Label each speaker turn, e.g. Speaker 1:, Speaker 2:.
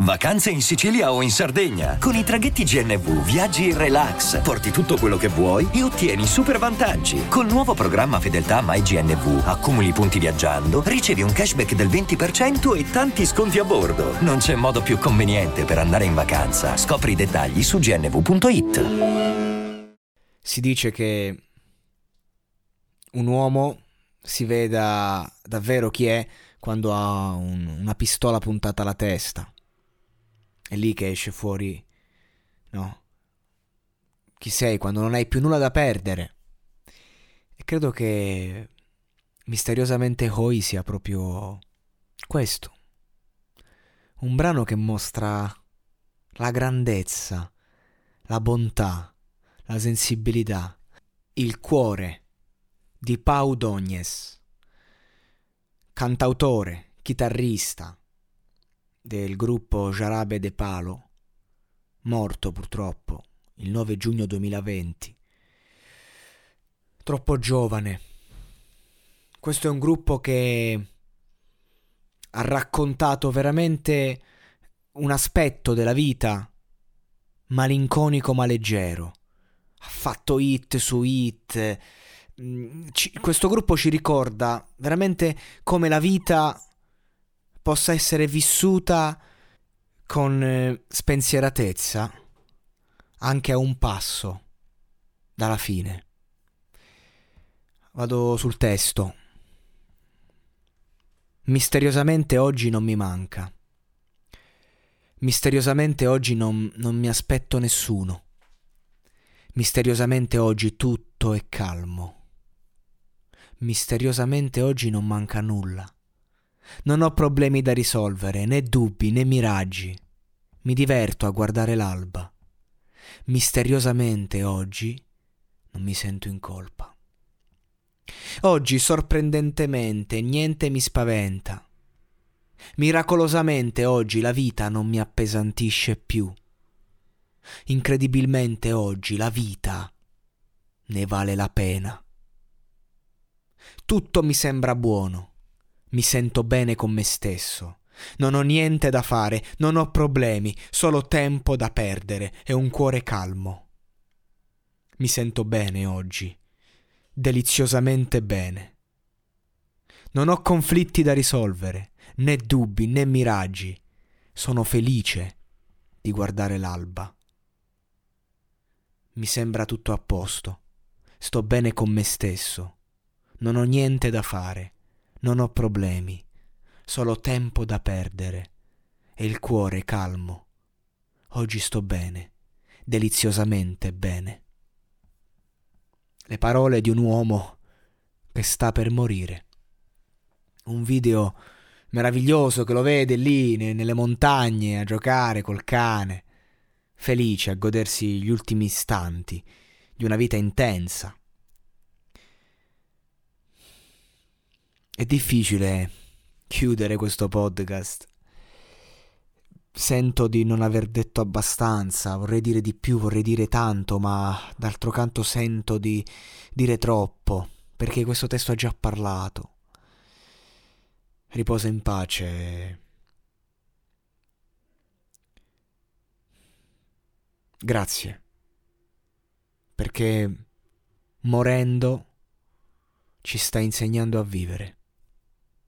Speaker 1: Vacanze in Sicilia o in Sardegna. Con i traghetti GNV viaggi in relax, porti tutto quello che vuoi e ottieni super vantaggi. Col nuovo programma Fedeltà MyGNV accumuli punti viaggiando, ricevi un cashback del 20% e tanti sconti a bordo. Non c'è modo più conveniente per andare in vacanza. Scopri i dettagli su gnv.it.
Speaker 2: Si dice che un uomo si veda davvero chi è quando ha una pistola puntata alla testa. È lì che esce fuori, no? Chi sei quando non hai più nulla da perdere. E credo che misteriosamente Hoi sia proprio questo. Un brano che mostra la grandezza, la bontà, la sensibilità, il cuore di Pau Donés, cantautore, chitarrista del gruppo Jarabe de Palo, morto purtroppo il 9 giugno 2020. Troppo giovane. Questo è un gruppo che ha raccontato veramente un aspetto della vita malinconico ma leggero. Ha fatto hit su hit. Questo gruppo ci ricorda veramente come la vita possa essere vissuta con spensieratezza anche a un passo dalla fine. Vado sul testo. Misteriosamente oggi non mi manca. Misteriosamente oggi non mi aspetto nessuno. Misteriosamente oggi tutto è calmo. Misteriosamente oggi non manca nulla. Non ho problemi da risolvere, né dubbi, né miraggi. Mi diverto a guardare l'alba. Misteriosamente oggi non mi sento in colpa. Oggi, sorprendentemente, niente mi spaventa. Miracolosamente oggi la vita non mi appesantisce più. Incredibilmente oggi la vita ne vale la pena. Tutto mi sembra buono. Mi sento bene con me stesso. Non ho niente da fare, non ho problemi, solo tempo da perdere e un cuore calmo. Mi sento bene oggi, deliziosamente bene. Non ho conflitti da risolvere, né dubbi né miraggi. Sono felice di guardare l'alba. Mi sembra tutto a posto. Sto bene con me stesso. Non ho niente da fare. Non ho problemi, solo tempo da perdere e il cuore calmo. Oggi sto bene, deliziosamente bene. Le parole di un uomo che sta per morire. Un video meraviglioso che lo vede lì nelle montagne a giocare col cane, felice a godersi gli ultimi istanti di una vita intensa. È difficile chiudere questo podcast. Sento di non aver detto abbastanza, vorrei dire di più, vorrei dire tanto, ma d'altro canto sento di dire troppo, perché questo testo ha già parlato. Riposa in pace. Grazie, perché morendo ci sta insegnando a vivere.